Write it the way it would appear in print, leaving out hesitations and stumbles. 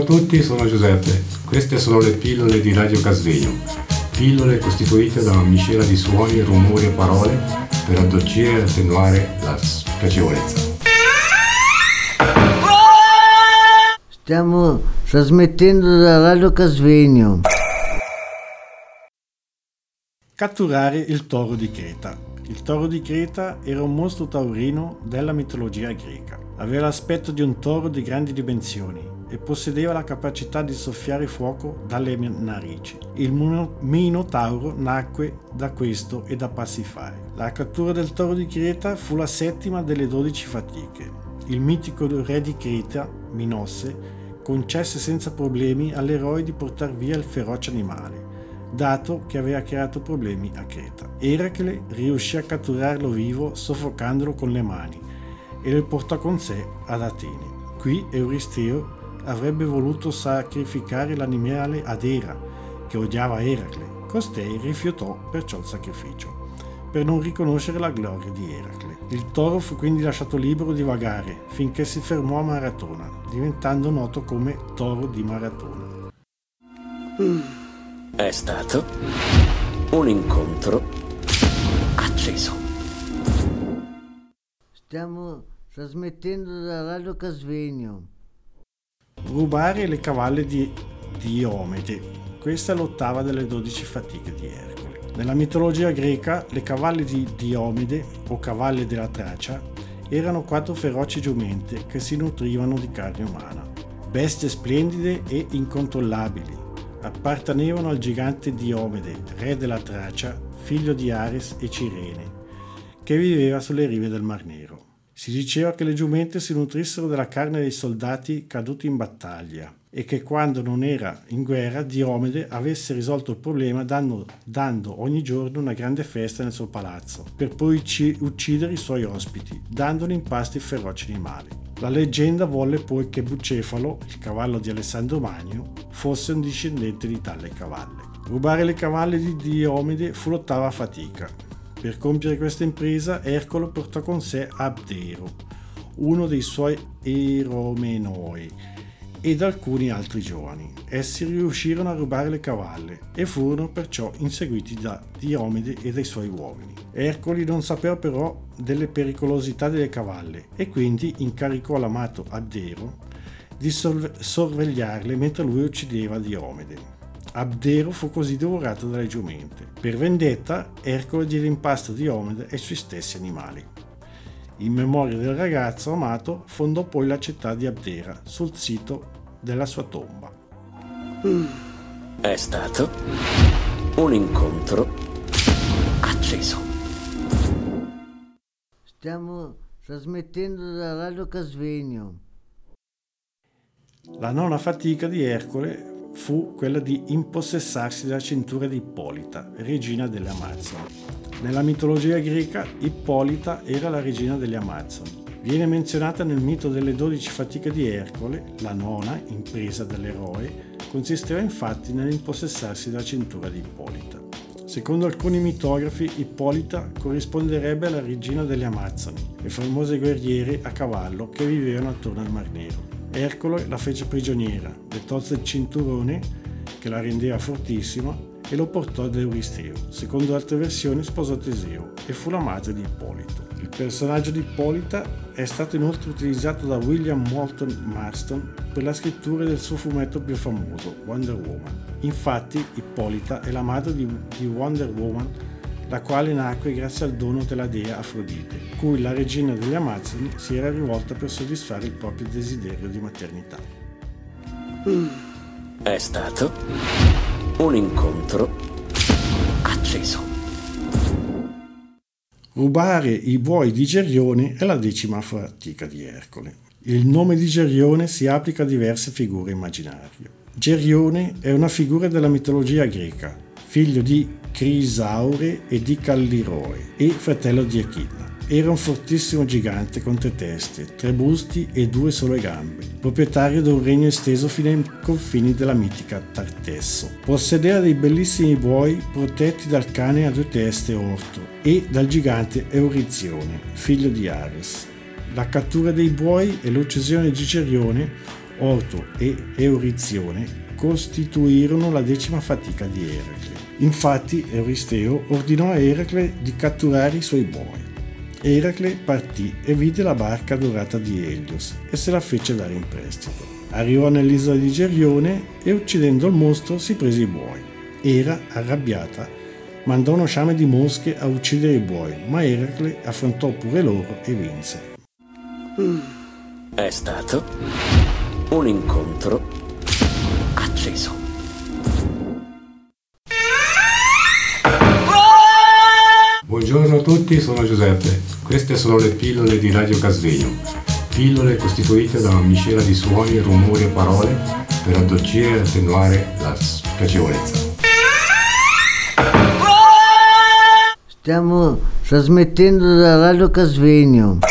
a tutti, sono Giuseppe. Queste sono le pillole di Radio Casvegno. Pillole costituite da una miscela di suoni, rumori e parole per addolcire e attenuare la spiacevolezza. Stiamo trasmettendo da Radio Casvegno. Catturare il toro di Creta. Il toro di Creta era un mostro taurino della mitologia greca. Aveva l'aspetto di un toro di grandi dimensioni e possedeva la capacità di soffiare fuoco dalle narici. Il Minotauro nacque da questo e da Passifai. La cattura del toro di Creta fu la settima delle 12 fatiche. Il mitico re di Creta, Minosse, concesse senza problemi all'eroe di portar via il feroce animale, dato che aveva creato problemi a Creta. Eracle riuscì a catturarlo vivo soffocandolo con le mani e lo portò con sé ad Atene. Qui Euristeo avrebbe voluto sacrificare l'animale ad Era, che odiava Eracle. Costei rifiutò perciò il sacrificio, per non riconoscere la gloria di Eracle. Il toro fu quindi lasciato libero di vagare finché si fermò a Maratona, diventando noto come Toro di Maratona. È stato un incontro acceso. Stiamo trasmettendo da Radio Casvegno. Rubare le cavalle di Diomede. Questa è l'ottava delle 12 fatiche di Ercole. Nella mitologia greca, le cavalle di Diomede, o cavalle della Tracia, erano 4 feroci giumente che si nutrivano di carne umana. Bestie splendide e incontrollabili, appartenevano al gigante Diomede, re della Tracia, figlio di Ares e Cirene, che viveva sulle rive del Mar Nero. Si diceva che le giumente si nutrissero della carne dei soldati caduti in battaglia e che quando non era in guerra Diomede avesse risolto il problema dando ogni giorno una grande festa nel suo palazzo, per poi uccidere i suoi ospiti, dandoli in pasto ai feroci animali. La leggenda volle poi che Bucefalo, il cavallo di Alessandro Magno, fosse un discendente di tale cavallo. Rubare le cavalle di Diomede fu l'ottava fatica. Per compiere questa impresa, Ercole portò con sé Abdero, uno dei suoi eromenoi, ed alcuni altri giovani. Essi riuscirono a rubare le cavalle e furono perciò inseguiti da Diomede e dai suoi uomini. Ercole non sapeva però delle pericolosità delle cavalle e quindi incaricò l'amato Abdero di sorvegliarle mentre lui uccideva Diomede. Abdero fu così divorato dalle giumente. Per vendetta, Ercole diede in pasto Diomede ai suoi stessi animali. In memoria del ragazzo amato, fondò poi la città di Abdera sul sito della sua tomba. È stato un incontro acceso. Stiamo trasmettendo da Radio Casvegno. La nona fatica di Ercole fu quella di impossessarsi della cintura di Ippolita, regina delle Amazzoni. Nella mitologia greca, Ippolita era la regina delle Amazzoni. Viene menzionata nel mito delle 12 fatiche di Ercole. La nona, impresa dell'eroe, consisteva infatti nell'impossessarsi della cintura di Ippolita. Secondo alcuni mitografi, Ippolita corrisponderebbe alla regina delle Amazzoni, le famose guerriere a cavallo che vivevano attorno al Mar Nero. Ercole la fece prigioniera, le tolse il cinturone che la rendeva fortissima e lo portò ad Euristeo. Secondo altre versioni sposò Teseo e fu la madre di Ippolito. Il personaggio di Ippolita è stato inoltre utilizzato da William Moulton Marston per la scrittura del suo fumetto più famoso, Wonder Woman. Infatti Ippolita è la madre di Wonder Woman, la quale nacque grazie al dono della dea Afrodite, cui la regina delle Amazzoni si era rivolta per soddisfare il proprio desiderio di maternità. È stato un incontro acceso. Rubare i buoi di Gerione è la 10ª fatica di Ercole. Il nome di Gerione si applica a diverse figure immaginarie. Gerione è una figura della mitologia greca, figlio di Crisaure e di Calliroe e fratello di Echidna. Era un fortissimo gigante con 3 teste, 3 busti e 2 sole gambe, proprietario di un regno esteso fino ai confini della mitica Tartesso. Possedeva dei bellissimi buoi protetti dal cane a 2 teste Orto e dal gigante Eurizione, figlio di Ares. La cattura dei buoi e l'uccisione di Gerione orto e eurizione costituirono la 10ª fatica di Eracle. Infatti Euristeo ordinò a Eracle di catturare i suoi buoi. Eracle partì e vide la barca dorata di Elios e se la fece dare in prestito. Arrivò nell'isola di Gerione e uccidendo il mostro si prese i buoi. Era, arrabbiata, mandò uno sciame di mosche a uccidere i buoi, ma Eracle affrontò pure loro e vinse. È stato un incontro acceso. Buongiorno a tutti, sono Giuseppe. Queste sono le pillole di Radio Casvegno. Pillole costituite da una miscela di suoni, rumori e parole per addolcire e attenuare la spiacevolezza. Stiamo trasmettendo da Radio Casvegno.